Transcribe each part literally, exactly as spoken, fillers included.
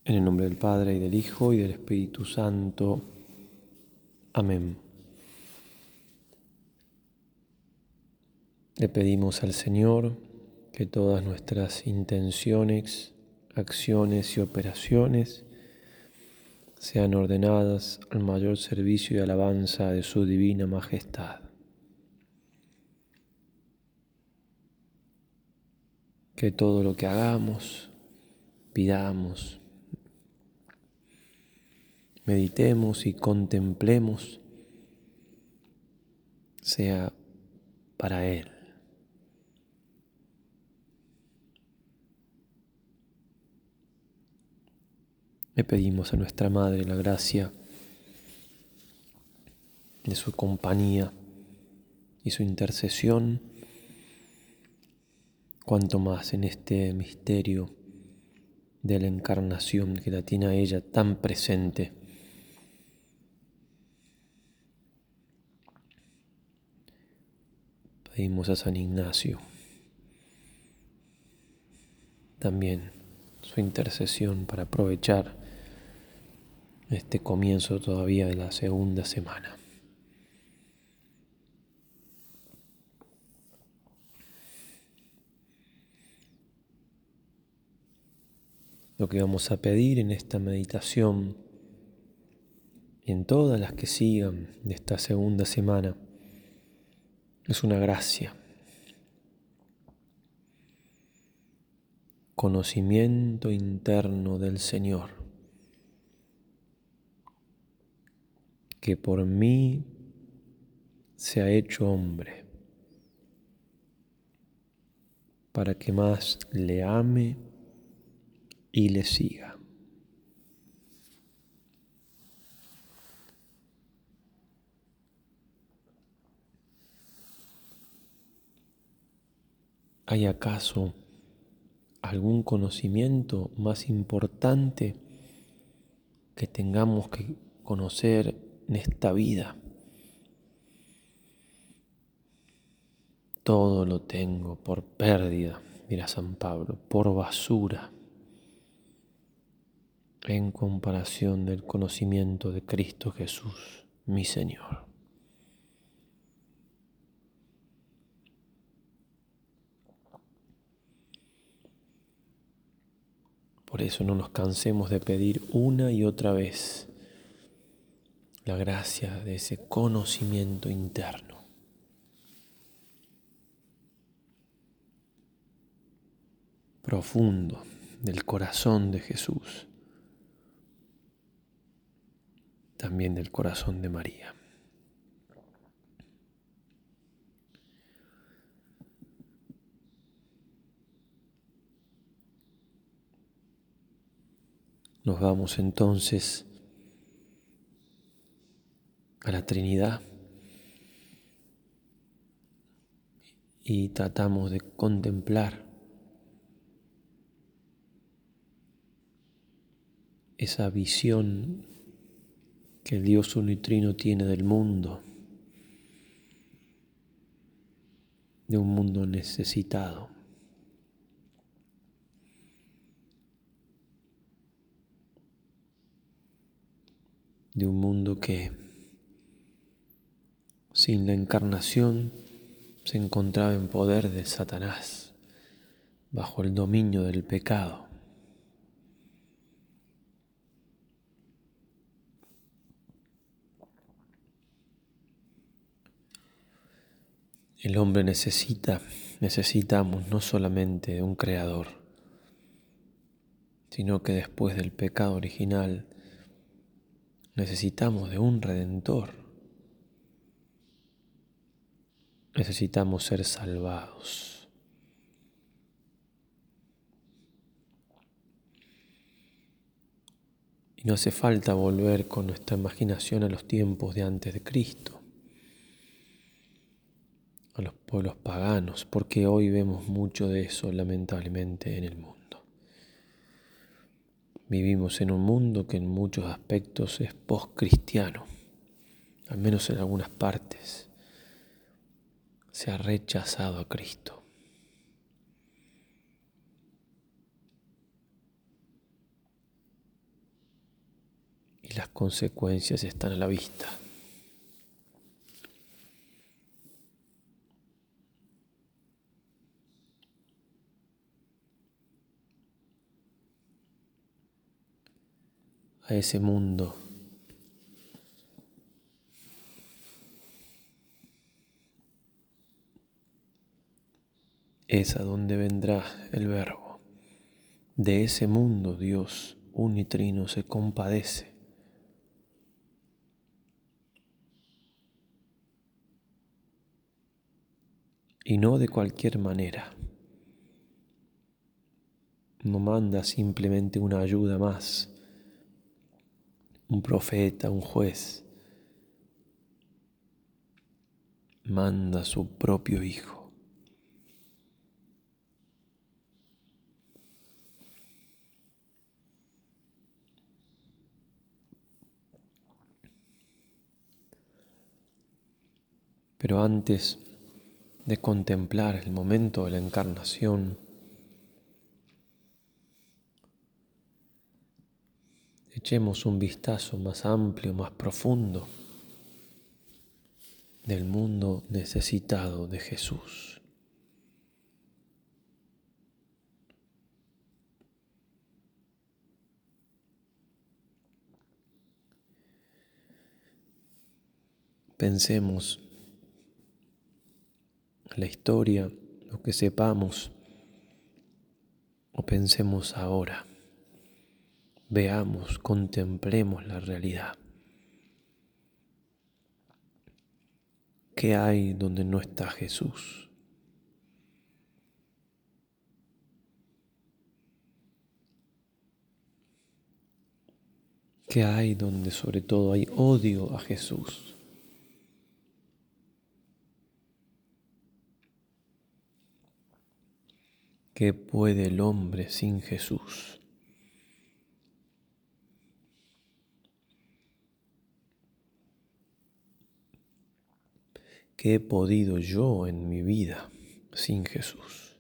En el nombre del Padre, y del Hijo, y del Espíritu Santo. Amén. Le pedimos al Señor que todas nuestras intenciones, acciones y operaciones sean ordenadas al mayor servicio y alabanza de su divina majestad. Que todo lo que hagamos, pidamos, meditemos y contemplemos sea para Él. Le pedimos a nuestra Madre la gracia de su compañía y su intercesión, cuanto más en este misterio de la encarnación que la tiene a ella tan presente. Pedimos a San Ignacio también su intercesión para aprovechar este comienzo todavía de la segunda semana. Lo que vamos a pedir en esta meditación y en todas las que sigan de esta segunda semana es una gracia, conocimiento interno del Señor, que por mí se ha hecho hombre, para que más le ame y le siga. ¿Hay acaso algún conocimiento más importante que tengamos que conocer en esta vida? Todo lo tengo por pérdida, dirá San Pablo, por basura, en comparación del conocimiento de Cristo Jesús, mi Señor. Por eso no nos cansemos de pedir una y otra vez la gracia de ese conocimiento interno. Profundo del corazón de Jesús, también del corazón de María. Nos vamos entonces a la Trinidad y tratamos de contemplar esa visión que el Dios uno y trino tiene del mundo, de un mundo necesitado. De un mundo que sin la encarnación se encontraba en poder de Satanás, bajo el dominio del pecado. El hombre necesita, necesitamos no solamente de un creador, sino que después del pecado original necesitamos de un redentor. Necesitamos ser salvados. Y no hace falta volver con nuestra imaginación a los tiempos de antes de Cristo, a los pueblos paganos, porque hoy vemos mucho de eso lamentablemente en el mundo. Vivimos en un mundo que en muchos aspectos es post-cristiano, al menos en algunas partes. Se ha rechazado a Cristo. y las consecuencias están a la vista. A ese mundo es a donde vendrá el Verbo. De ese mundo Dios unitrino se compadece. Y no de cualquier manera. No manda simplemente una ayuda más, un profeta, un juez. Manda a su propio Hijo. Pero antes de contemplar el momento de la encarnación, echemos un vistazo más amplio, más profundo del mundo necesitado de Jesús. Pensemos la historia, lo que sepamos, o pensemos ahora. Veamos, contemplemos la realidad. ¿Qué hay donde no está Jesús? ¿Qué hay donde sobre todo hay odio a Jesús? ¿Qué puede el hombre sin Jesús? ¿Qué he podido yo en mi vida sin Jesús?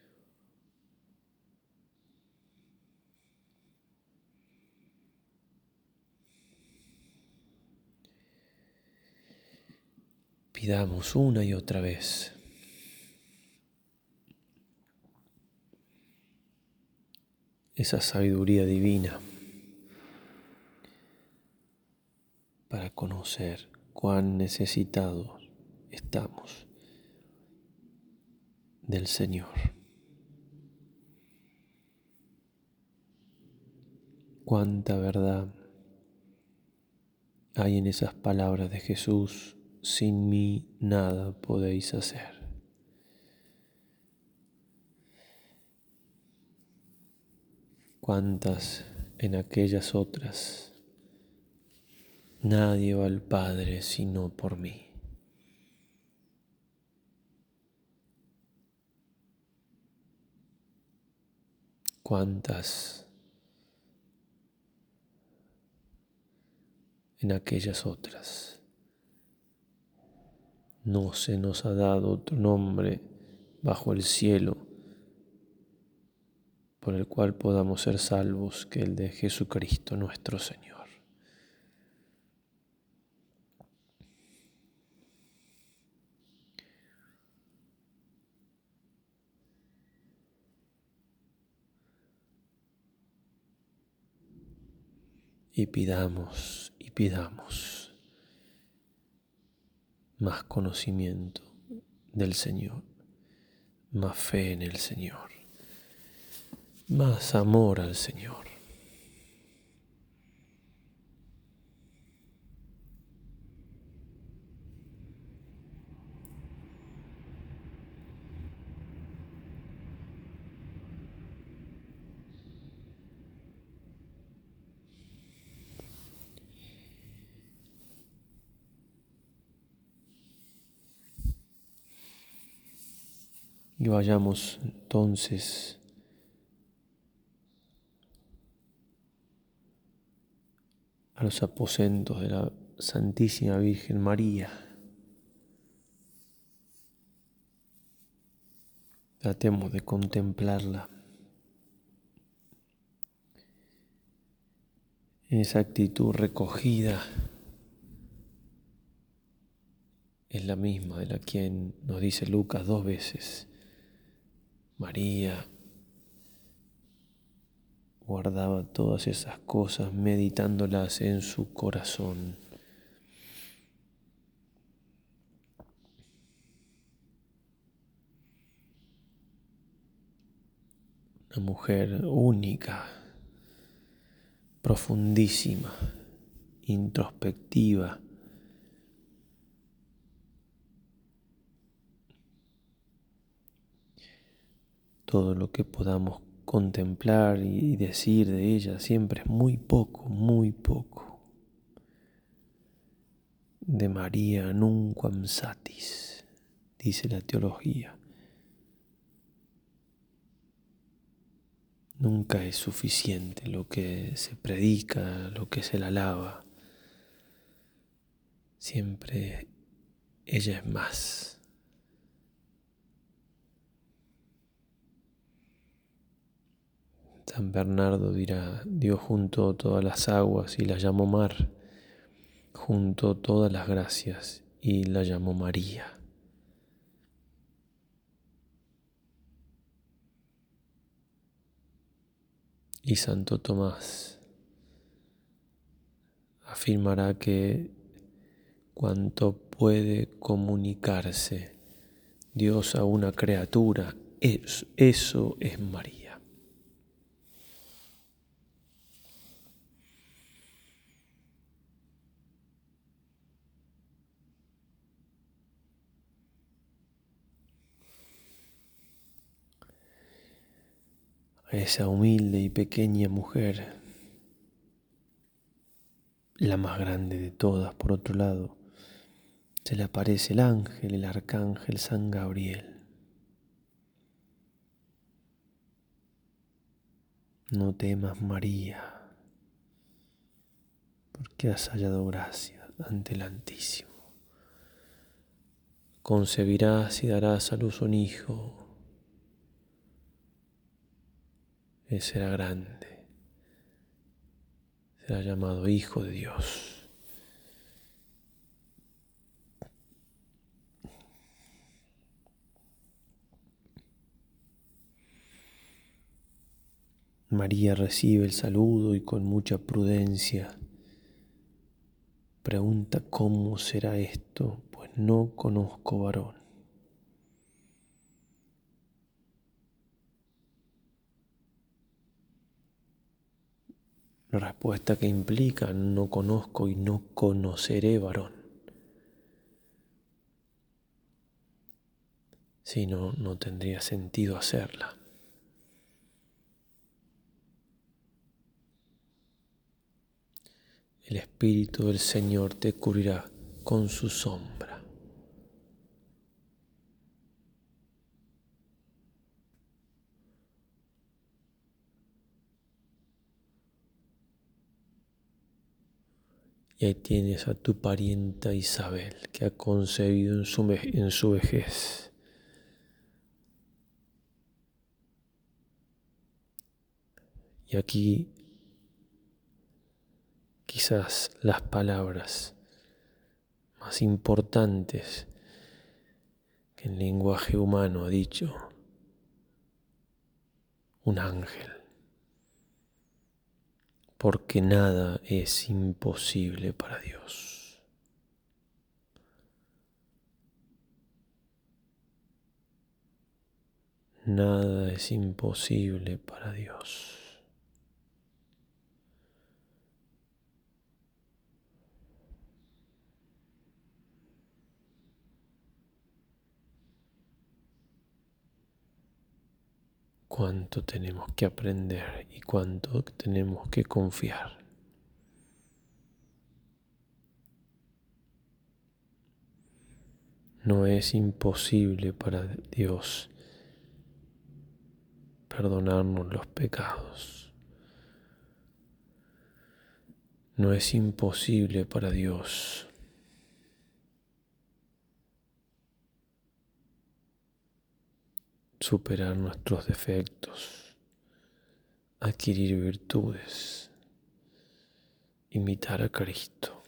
Pidamos una y otra vez esa sabiduría divina para conocer cuán necesitados estamos del Señor. Cuánta verdad hay en esas palabras de Jesús: sin mí nada podéis hacer. Cuántas en aquellas otras: nadie va al Padre sino por mí. Cuántas en aquellas otras: no se nos ha dado otro nombre bajo el cielo por el cual podamos ser salvos que el de Jesucristo nuestro Señor. Y pidamos y pidamos más conocimiento del Señor, más fe en el Señor, más amor al Señor. Y vayamos entonces a los aposentos de la Santísima Virgen María. Tratemos de contemplarla en esa actitud recogida, es la misma de la quien nos dice Lucas dos veces. María guardaba todas esas cosas meditándolas en su corazón. Una mujer única, profundísima, introspectiva. Todo lo que podamos contemplar y decir de ella siempre es muy poco, muy poco. De María nunquam satis, dice la teología. Nunca es suficiente lo que se predica, lo que se la alaba. Siempre ella es más. San Bernardo dirá: Dios juntó todas las aguas y las llamó mar, juntó todas las gracias y la llamó María. Y Santo Tomás afirmará que cuanto puede comunicarse Dios a una criatura, eso, eso es María. A esa humilde y pequeña mujer, la más grande de todas, por otro lado, se le aparece el ángel, el arcángel San Gabriel. No temas, María, porque has hallado gracia ante el Altísimo. Concebirás y darás a luz un hijo. Él será grande, será llamado Hijo de Dios. María recibe el saludo y con mucha prudencia pregunta: ¿cómo será esto? Pues no conozco varón. La respuesta que implica: no conozco y no conoceré varón. Si no, no tendría sentido hacerla. El Espíritu del Señor te cubrirá con su sombra. Y ahí tienes a tu parienta Isabel, que ha concebido en su, en su vejez. Y aquí quizás las palabras más importantes que el lenguaje humano ha dicho un ángel. Porque nada es imposible para Dios. Nada es imposible para Dios. Cuánto tenemos que aprender y cuánto tenemos que confiar. No es imposible para Dios perdonarnos los pecados. No es imposible para Dios superar nuestros defectos, adquirir virtudes. imitar a Cristo.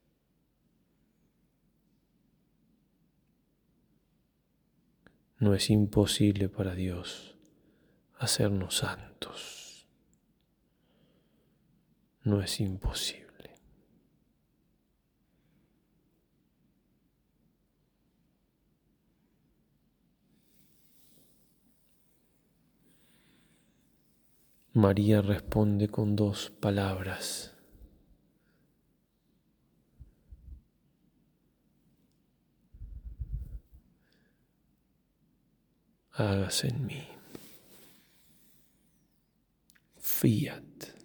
No es imposible para Dios hacernos santos. No es imposible. María responde con dos palabras. Hágase en mí. Fiat.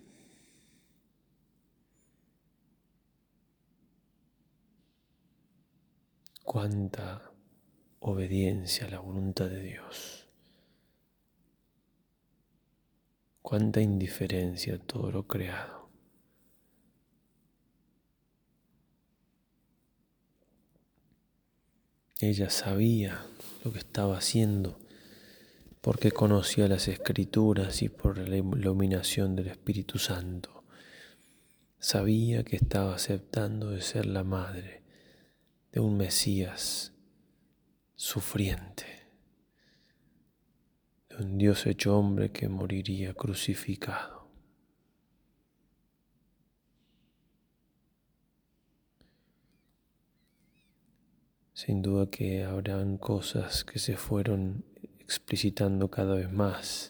Cuánta obediencia a la voluntad de Dios. Cuánta indiferencia a todo lo creado. Ella sabía lo que estaba haciendo porque conocía las Escrituras y por la iluminación del Espíritu Santo. Sabía que estaba aceptando de ser la madre de un Mesías sufriente, de un Dios hecho hombre que moriría crucificado. Sin duda que habrán cosas que se fueron explicitando cada vez más.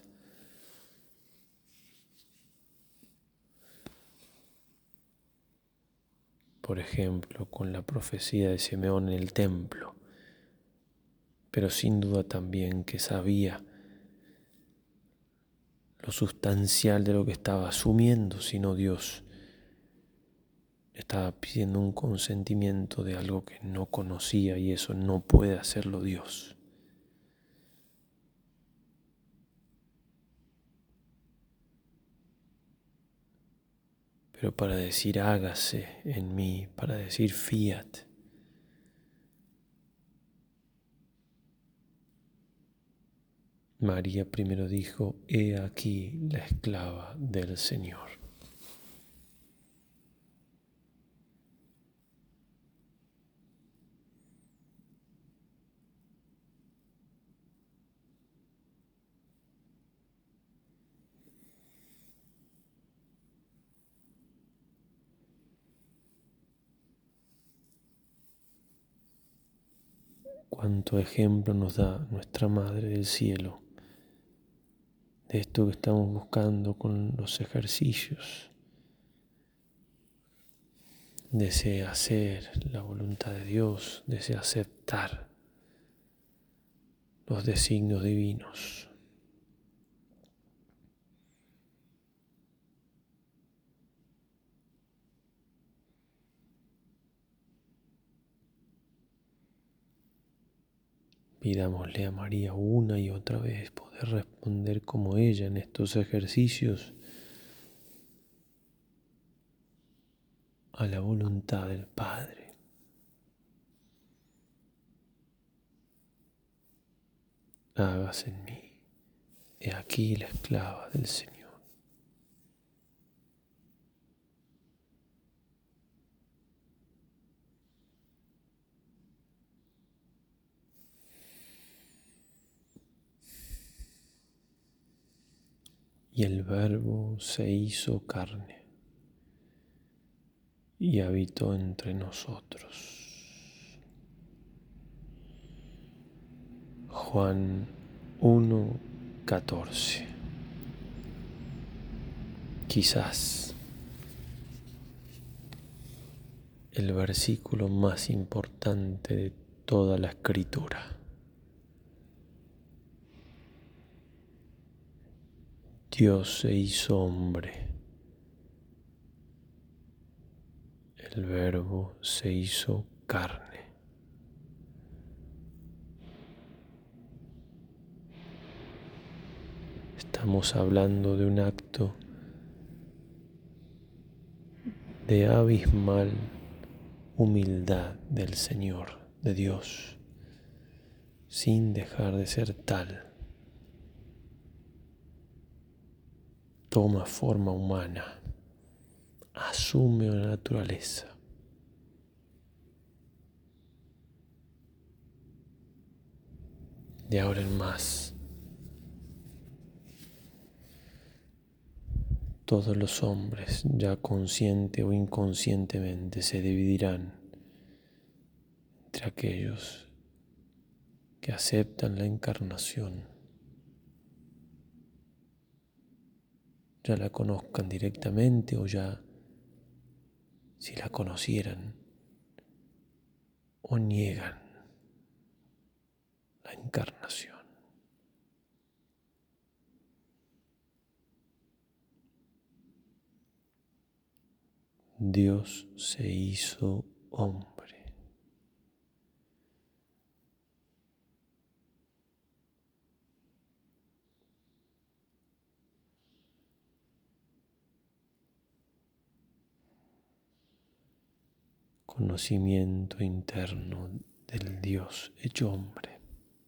Por ejemplo, con la profecía de Simeón en el templo, pero sin duda también que sabía lo sustancial de lo que estaba asumiendo, sino Dios estaba pidiendo un consentimiento de algo que no conocía y eso no puede hacerlo Dios. Pero para decir hágase en mí, para decir fiat, María primero dijo, he aquí la esclava del Señor. Cuánto ejemplo nos da nuestra Madre del Cielo de esto que estamos buscando con los ejercicios. Desea hacer la voluntad de Dios, desea aceptar los designios divinos. Pidámosle a María una y otra vez poder responder como ella en estos ejercicios a la voluntad del Padre. Hágase en mí. He aquí la esclava del Señor. Y el Verbo se hizo carne y habitó entre nosotros. Juan uno, catorce. Quizás el versículo más importante de toda la Escritura. Dios se hizo hombre. El Verbo se hizo carne. Estamos hablando de un acto de abismal humildad del Señor, de Dios, sin dejar de ser tal. Toma forma humana, asume una naturaleza. De ahora en más, todos los hombres, ya consciente o inconscientemente, se dividirán entre aquellos que aceptan la encarnación, ya la conozcan directamente o ya, si la conocieran, o niegan la encarnación. Dios se hizo hombre. Conocimiento interno del Dios hecho hombre,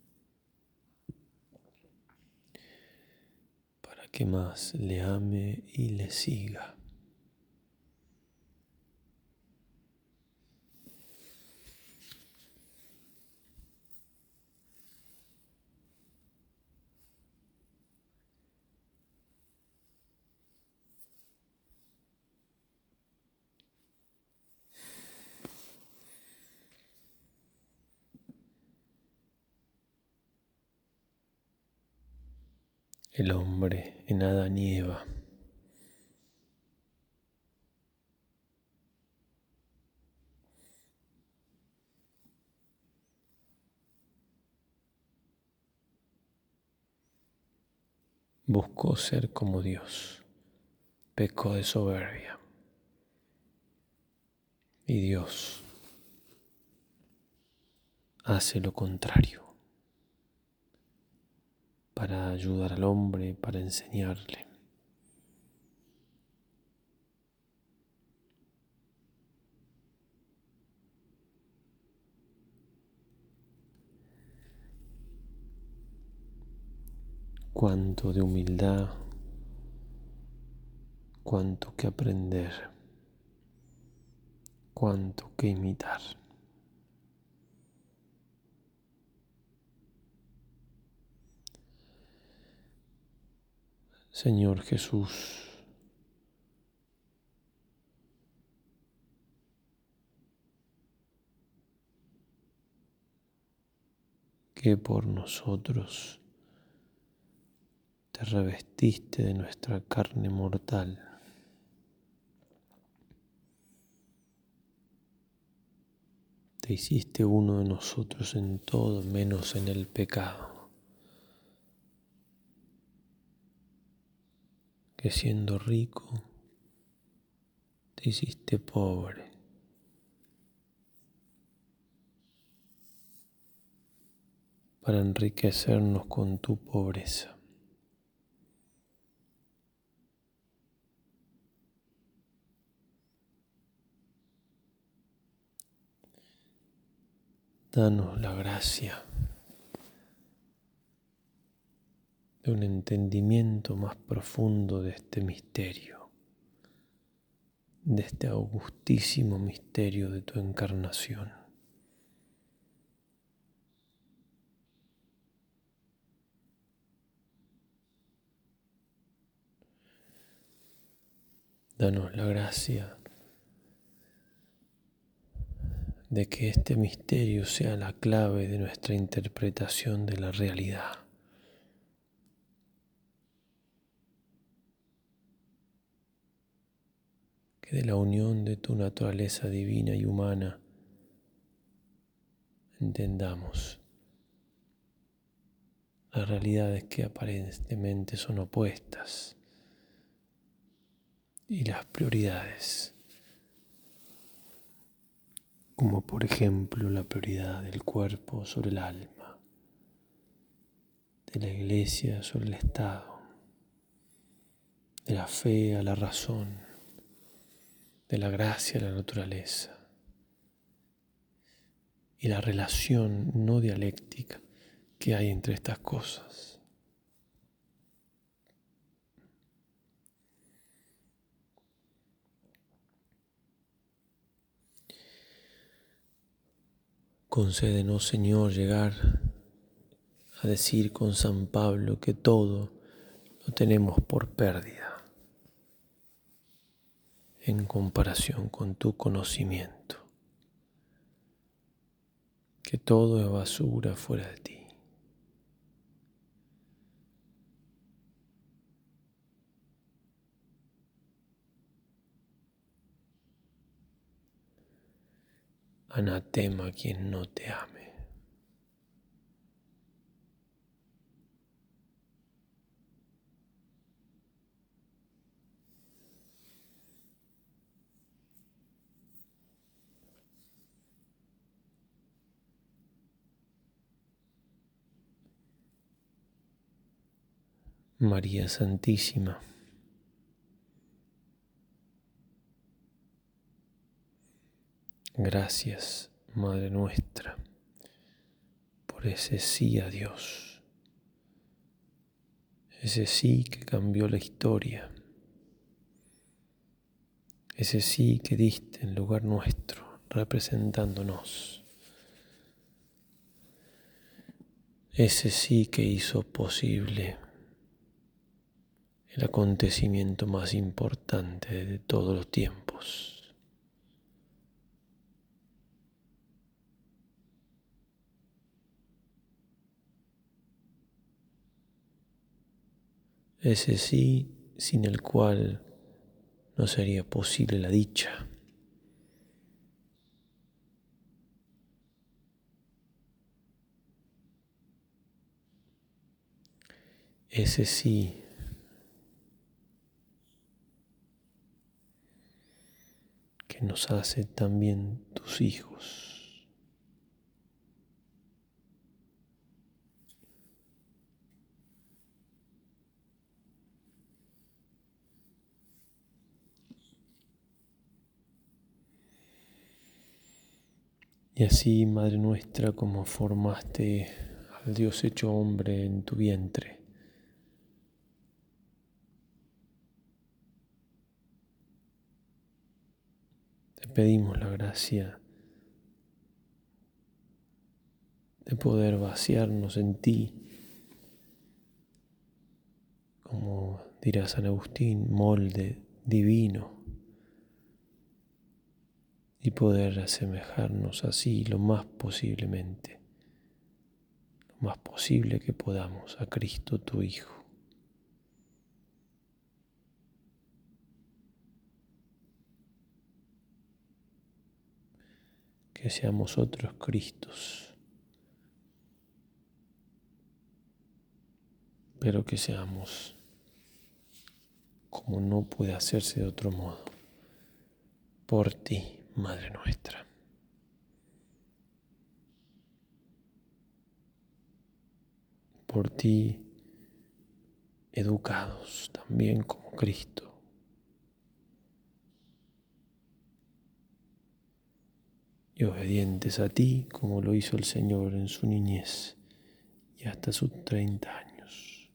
para que más le ame y le siga. El hombre en Adán y Eva buscó ser como Dios, pecó de soberbia. Y Dios hace lo contrario para ayudar al hombre, para enseñarle. Cuánto de humildad, cuánto que aprender, cuánto que imitar. Señor Jesús, que por nosotros te revestiste de nuestra carne mortal, te hiciste uno de nosotros en todo menos en el pecado, que siendo rico te hiciste pobre, para enriquecernos con tu pobreza. Danos la gracia de un entendimiento más profundo de este misterio, de este augustísimo misterio de tu encarnación. Danos la gracia de que este misterio sea la clave de nuestra interpretación de la realidad. Que de la unión de tu naturaleza divina y humana entendamos las realidades que aparentemente son opuestas y las prioridades, como por ejemplo la prioridad del cuerpo sobre el alma, de la iglesia sobre el Estado, de la fe a la razón, de la gracia a la naturaleza, y la relación no dialéctica que hay entre estas cosas. Concédenos, Señor, llegar a decir con San Pablo que todo lo tenemos por pérdida en comparación con tu conocimiento, que todo es basura fuera de ti. Anatema quien no te ame. María Santísima, gracias, Madre nuestra, por ese sí a Dios, ese sí que cambió la historia, ese sí que diste en lugar nuestro, representándonos, ese sí que hizo posible el acontecimiento más importante de todos los tiempos. Ese sí sin el cual no sería posible la dicha. Ese sí que nos hace también tus hijos. Y así, Madre nuestra, como formaste al Dios hecho hombre en tu vientre, te pedimos la gracia de poder vaciarnos en ti, como dirá San Agustín, molde divino, y poder asemejarnos así lo más posiblemente, lo más posible que podamos a Cristo tu Hijo. Que seamos otros Cristos, pero que seamos como no puede hacerse de otro modo, por ti, Madre nuestra. Por ti, educados también como Cristo. Y obedientes a ti como lo hizo el Señor en su niñez y hasta sus treinta años.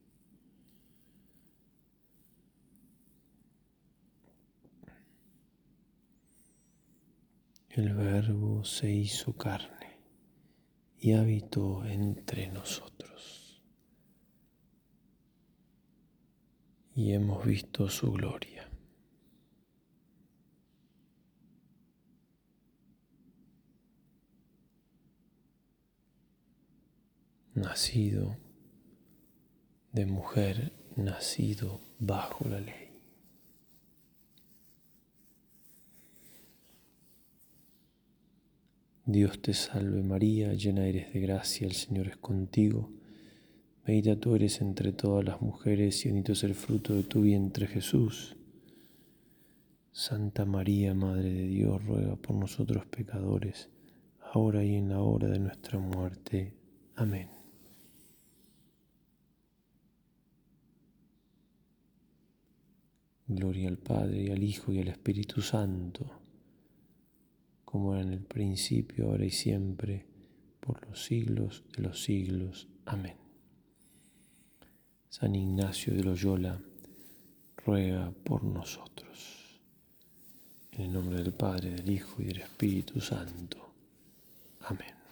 El Verbo se hizo carne y habitó entre nosotros. Y hemos visto su gloria. Nacido de mujer, nacido bajo la ley. Dios te salve María, llena eres de gracia, el Señor es contigo. Bendita tú eres entre todas las mujeres y bendito es el fruto de tu vientre Jesús. Santa María, Madre de Dios, ruega por nosotros pecadores, ahora y en la hora de nuestra muerte. Amén. Gloria al Padre, y al Hijo, y al Espíritu Santo, como era en el principio, ahora y siempre, por los siglos de los siglos. Amén. San Ignacio de Loyola, ruega por nosotros. En el nombre del Padre, del Hijo y del Espíritu Santo. Amén.